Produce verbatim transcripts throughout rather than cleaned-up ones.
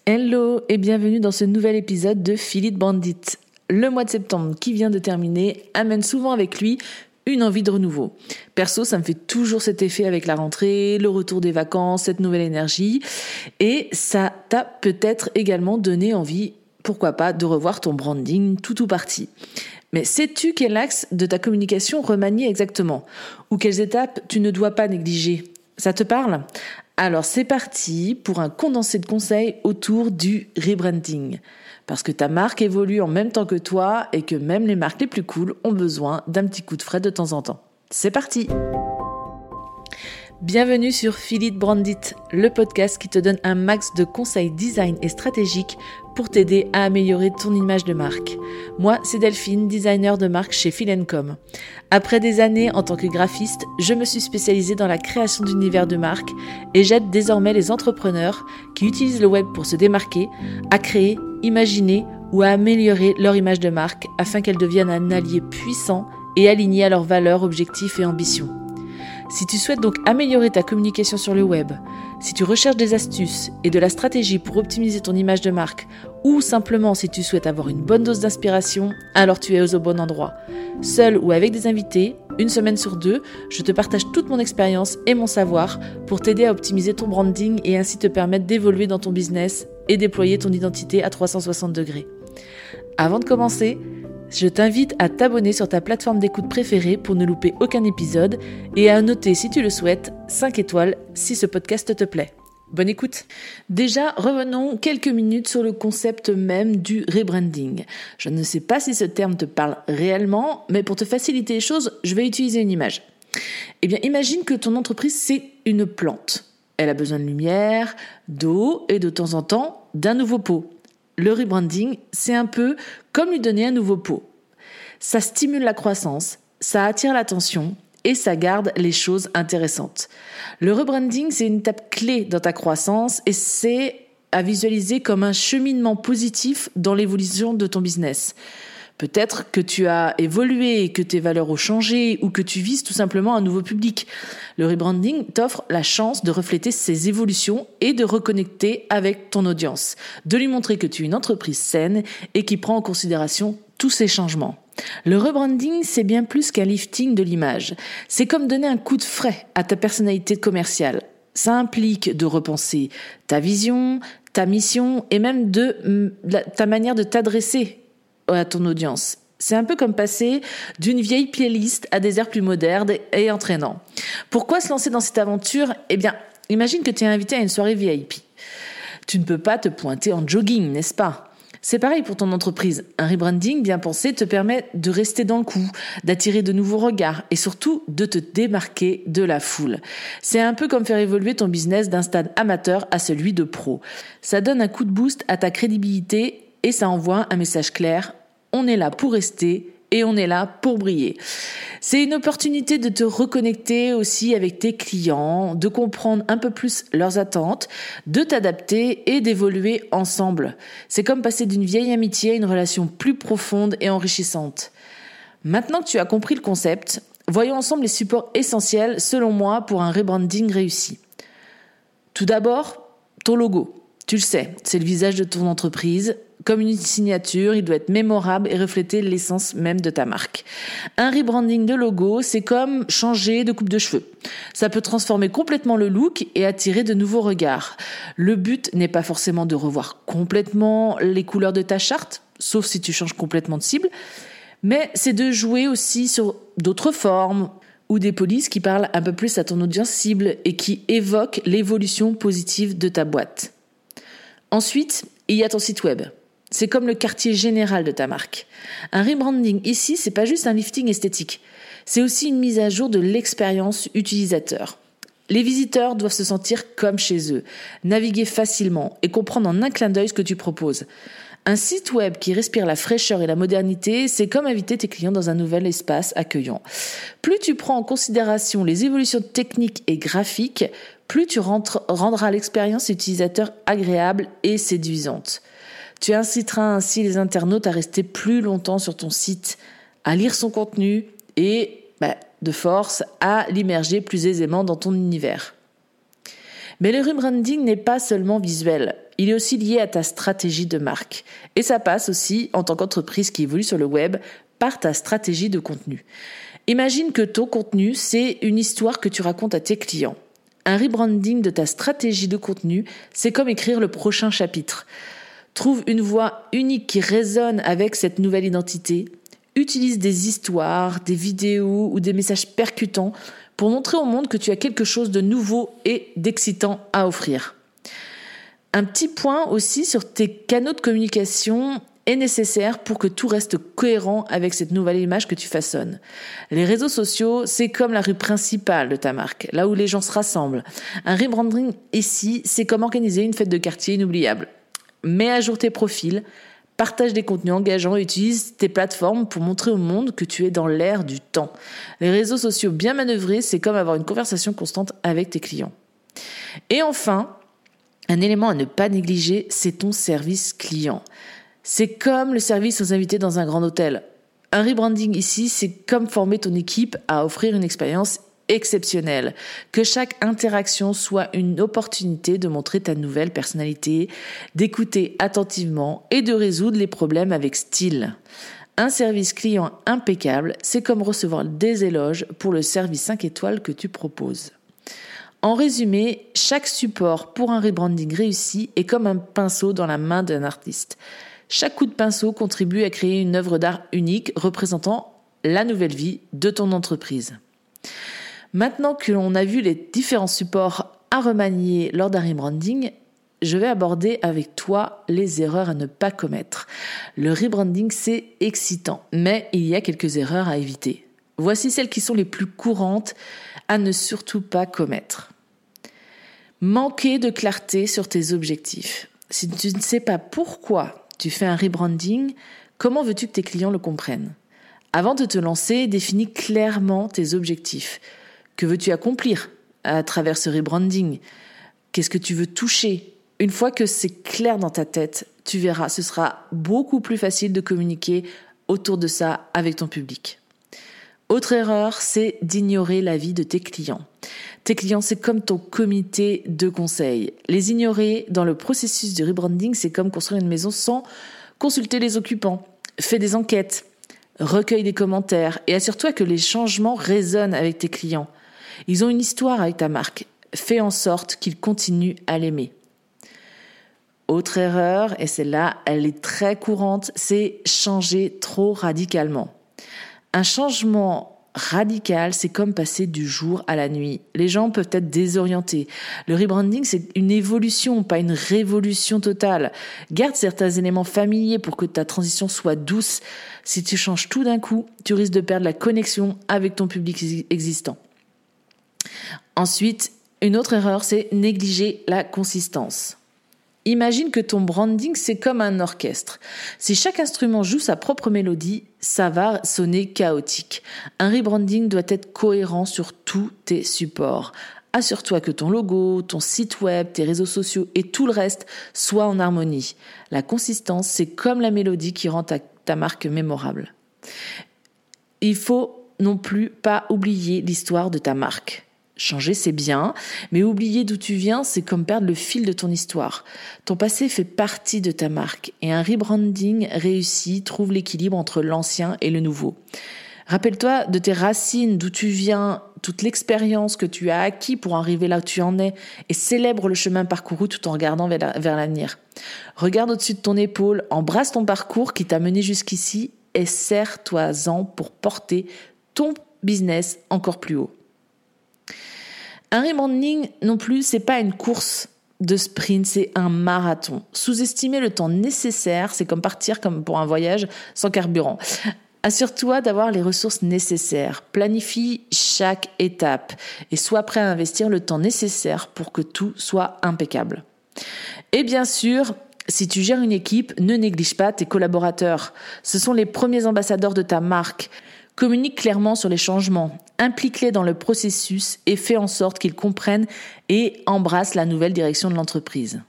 Hello et bienvenue dans ce nouvel épisode de Philippe Brandit. Le mois de septembre qui vient de terminer amène souvent avec lui une envie de renouveau. Perso, ça me fait toujours cet effet avec la rentrée, le retour des vacances, cette nouvelle énergie. Et ça t'a peut-être également donné envie, pourquoi pas, de revoir ton branding tout ou partie. Mais sais-tu quel axe de ta communication remanier exactement? Ou quelles étapes tu ne dois pas négliger? Ça te parle? Alors c'est parti pour un condensé de conseils autour du rebranding. Parce que ta marque évolue en même temps que toi et que même les marques les plus cool ont besoin d'un petit coup de frais de temps en temps. C'est parti! Bienvenue sur Philippe Brandit, le podcast qui te donne un max de conseils design et stratégiques pour t'aider à améliorer ton image de marque. Moi, c'est Delphine, designer de marque chez Fil and Com. Après des années en tant que graphiste, je me suis spécialisée dans la création d'univers de marque et j'aide désormais les entrepreneurs qui utilisent le web pour se démarquer à créer, imaginer ou à améliorer leur image de marque afin qu'elle devienne un allié puissant et aligné à leurs valeurs, objectifs et ambitions. Si tu souhaites donc améliorer ta communication sur le web, si tu recherches des astuces et de la stratégie pour optimiser ton image de marque, ou simplement si tu souhaites avoir une bonne dose d'inspiration, alors tu es au bon endroit. Seul ou avec des invités, une semaine sur deux, je te partage toute mon expérience et mon savoir pour t'aider à optimiser ton branding et ainsi te permettre d'évoluer dans ton business et déployer ton identité à trois cent soixante degrés. Avant de commencer, je t'invite à t'abonner sur ta plateforme d'écoute préférée pour ne louper aucun épisode et à noter, si tu le souhaites, cinq étoiles si ce podcast te plaît. Bonne écoute. Déjà, revenons quelques minutes sur le concept même du rebranding. Je ne sais pas si ce terme te parle réellement, mais pour te faciliter les choses, je vais utiliser une image. Eh bien, imagine que ton entreprise, c'est une plante. Elle a besoin de lumière, d'eau et de temps en temps d'un nouveau pot. Le rebranding, c'est un peu comme lui donner un nouveau pot. Ça stimule la croissance, ça attire l'attention et ça garde les choses intéressantes. Le rebranding, c'est une étape clé dans ta croissance et c'est à visualiser comme un cheminement positif dans l'évolution de ton business. Peut-être que tu as évolué, que tes valeurs ont changé ou que tu vises tout simplement un nouveau public. Le rebranding t'offre la chance de refléter ces évolutions et de reconnecter avec ton audience, de lui montrer que tu es une entreprise saine et qui prend en considération tous ces changements. Le rebranding, c'est bien plus qu'un lifting de l'image. C'est comme donner un coup de frais à ta personnalité commerciale. Ça implique de repenser ta vision, ta mission et même de ta manière de t'adresser à ton audience. C'est un peu comme passer d'une vieille playlist à des airs plus modernes et entraînants. Pourquoi se lancer dans cette aventure? Eh bien, imagine que tu es invité à une soirée V I P. Tu ne peux pas te pointer en jogging, n'est-ce pas? C'est pareil pour ton entreprise. Un rebranding bien pensé te permet de rester dans le coup, d'attirer de nouveaux regards et surtout de te démarquer de la foule. C'est un peu comme faire évoluer ton business d'un stade amateur à celui de pro. Ça donne un coup de boost à ta crédibilité et ça envoie un message clair. On est là pour rester et on est là pour briller. C'est une opportunité de te reconnecter aussi avec tes clients, de comprendre un peu plus leurs attentes, de t'adapter et d'évoluer ensemble. C'est comme passer d'une vieille amitié à une relation plus profonde et enrichissante. Maintenant que tu as compris le concept, voyons ensemble les supports essentiels selon moi pour un rebranding réussi. Tout d'abord, ton logo. Tu le sais, c'est le visage de ton entreprise. Comme une signature, il doit être mémorable et refléter l'essence même de ta marque. Un rebranding de logo, c'est comme changer de coupe de cheveux. Ça peut transformer complètement le look et attirer de nouveaux regards. Le but n'est pas forcément de revoir complètement les couleurs de ta charte, sauf si tu changes complètement de cible, mais c'est de jouer aussi sur d'autres formes ou des polices qui parlent un peu plus à ton audience cible et qui évoquent l'évolution positive de ta boîte. Ensuite, il y a ton site web. C'est comme le quartier général de ta marque. Un rebranding ici, c'est pas juste un lifting esthétique. C'est aussi une mise à jour de l'expérience utilisateur. Les visiteurs doivent se sentir comme chez eux, naviguer facilement et comprendre en un clin d'œil ce que tu proposes. Un site web qui respire la fraîcheur et la modernité, c'est comme inviter tes clients dans un nouvel espace accueillant. Plus tu prends en considération les évolutions techniques et graphiques, plus tu rentres, rendras l'expérience utilisateur agréable et séduisante. Tu inciteras ainsi les internautes à rester plus longtemps sur ton site, à lire son contenu et, bah, de force, à l'immerger plus aisément dans ton univers. Mais le rebranding n'est pas seulement visuel, il est aussi lié à ta stratégie de marque. Et ça passe aussi, en tant qu'entreprise qui évolue sur le web, par ta stratégie de contenu. Imagine que ton contenu, c'est une histoire que tu racontes à tes clients. Un rebranding de ta stratégie de contenu, c'est comme écrire le prochain chapitre. Trouve une voix unique qui résonne avec cette nouvelle identité. Utilise des histoires, des vidéos ou des messages percutants pour montrer au monde que tu as quelque chose de nouveau et d'excitant à offrir. Un petit point aussi sur tes canaux de communication est nécessaire pour que tout reste cohérent avec cette nouvelle image que tu façonnes. Les réseaux sociaux, c'est comme la rue principale de ta marque, là où les gens se rassemblent. Un rebranding ici, c'est comme organiser une fête de quartier inoubliable. Mets à jour tes profils, partage des contenus engageants et utilise tes plateformes pour montrer au monde que tu es dans l'ère du temps. Les réseaux sociaux bien manœuvrés, c'est comme avoir une conversation constante avec tes clients. Et enfin, un élément à ne pas négliger, c'est ton service client. C'est comme le service aux invités dans un grand hôtel. Un rebranding ici, c'est comme former ton équipe à offrir une expérience exceptionnelle. Que chaque interaction soit une opportunité de montrer ta nouvelle personnalité, d'écouter attentivement et de résoudre les problèmes avec style. Un service client impeccable, c'est comme recevoir des éloges pour le service cinq étoiles que tu proposes. En résumé, chaque support pour un rebranding réussi est comme un pinceau dans la main d'un artiste. Chaque coup de pinceau contribue à créer une œuvre d'art unique représentant la nouvelle vie de ton entreprise. Maintenant que l'on a vu les différents supports à remanier lors d'un rebranding, je vais aborder avec toi les erreurs à ne pas commettre. Le rebranding, c'est excitant, mais il y a quelques erreurs à éviter. Voici celles qui sont les plus courantes à ne surtout pas commettre. Manquer de clarté sur tes objectifs. Si tu ne sais pas pourquoi tu fais un rebranding, comment veux-tu que tes clients le comprennent ? Avant de te lancer, définis clairement tes objectifs. Que veux-tu accomplir à travers ce rebranding ? Qu'est-ce que tu veux toucher ? Une fois que c'est clair dans ta tête, tu verras, ce sera beaucoup plus facile de communiquer autour de ça avec ton public. Autre erreur, c'est d'ignorer l'avis de tes clients. Tes clients, c'est comme ton comité de conseil. Les ignorer dans le processus du rebranding, c'est comme construire une maison sans consulter les occupants. Fais des enquêtes, recueille des commentaires et assure-toi que les changements résonnent avec tes clients. Ils ont une histoire avec ta marque. Fais en sorte qu'ils continuent à l'aimer. Autre erreur, et celle-là, elle est très courante, c'est changer trop radicalement. Un changement radical, c'est comme passer du jour à la nuit. Les gens peuvent être désorientés. Le rebranding, c'est une évolution, pas une révolution totale. Garde certains éléments familiers pour que ta transition soit douce. Si tu changes tout d'un coup, tu risques de perdre la connexion avec ton public existant. Ensuite, une autre erreur, c'est négliger la consistance. Imagine que ton branding, c'est comme un orchestre. Si chaque instrument joue sa propre mélodie, ça va sonner chaotique. Un rebranding doit être cohérent sur tous tes supports. Assure-toi que ton logo, ton site web, tes réseaux sociaux et tout le reste soient en harmonie. La consistance, c'est comme la mélodie qui rend ta, ta marque mémorable. Il faut non plus pas oublier l'histoire de ta marque. Changer, c'est bien, mais oublier d'où tu viens, c'est comme perdre le fil de ton histoire. Ton passé fait partie de ta marque et un rebranding réussi trouve l'équilibre entre l'ancien et le nouveau. Rappelle-toi de tes racines, d'où tu viens, toute l'expérience que tu as acquis pour arriver là où tu en es et célèbre le chemin parcouru tout en regardant vers l'avenir. Regarde au-dessus de ton épaule, embrasse ton parcours qui t'a mené jusqu'ici et serre-toi-en pour porter ton business encore plus haut. Un rebranding non plus, c'est pas une course de sprint, c'est un marathon. Sous-estimer le temps nécessaire, c'est comme partir comme pour un voyage sans carburant. Assure-toi d'avoir les ressources nécessaires. Planifie chaque étape et sois prêt à investir le temps nécessaire pour que tout soit impeccable. Et bien sûr, si tu gères une équipe, ne néglige pas tes collaborateurs. Ce sont les premiers ambassadeurs de ta marque. Communique clairement sur les changements, implique-les dans le processus et fais en sorte qu'ils comprennent et embrassent la nouvelle direction de l'entreprise.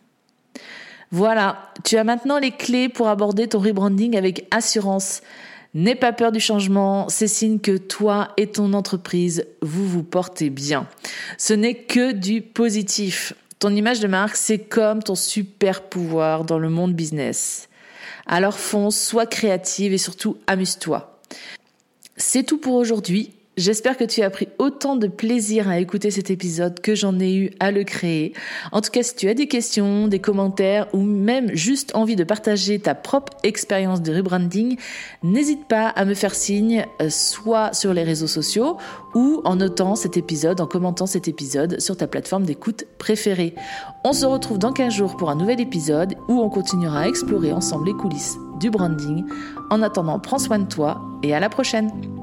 Voilà, tu as maintenant les clés pour aborder ton rebranding avec assurance. N'aie pas peur du changement, c'est signe que toi et ton entreprise, vous vous portez bien. Ce n'est que du positif. Ton image de marque, c'est comme ton super pouvoir dans le monde business. Alors fonce, sois créative et surtout amuse-toi. C'est tout pour aujourd'hui. J'espère que tu as pris autant de plaisir à écouter cet épisode que j'en ai eu à le créer. En tout cas, si tu as des questions, des commentaires ou même juste envie de partager ta propre expérience de rebranding, n'hésite pas à me faire signe, soit sur les réseaux sociaux ou en notant cet épisode, en commentant cet épisode sur ta plateforme d'écoute préférée. On se retrouve dans quinze jours pour un nouvel épisode où on continuera à explorer ensemble les coulisses du branding. En attendant, prends soin de toi et à la prochaine.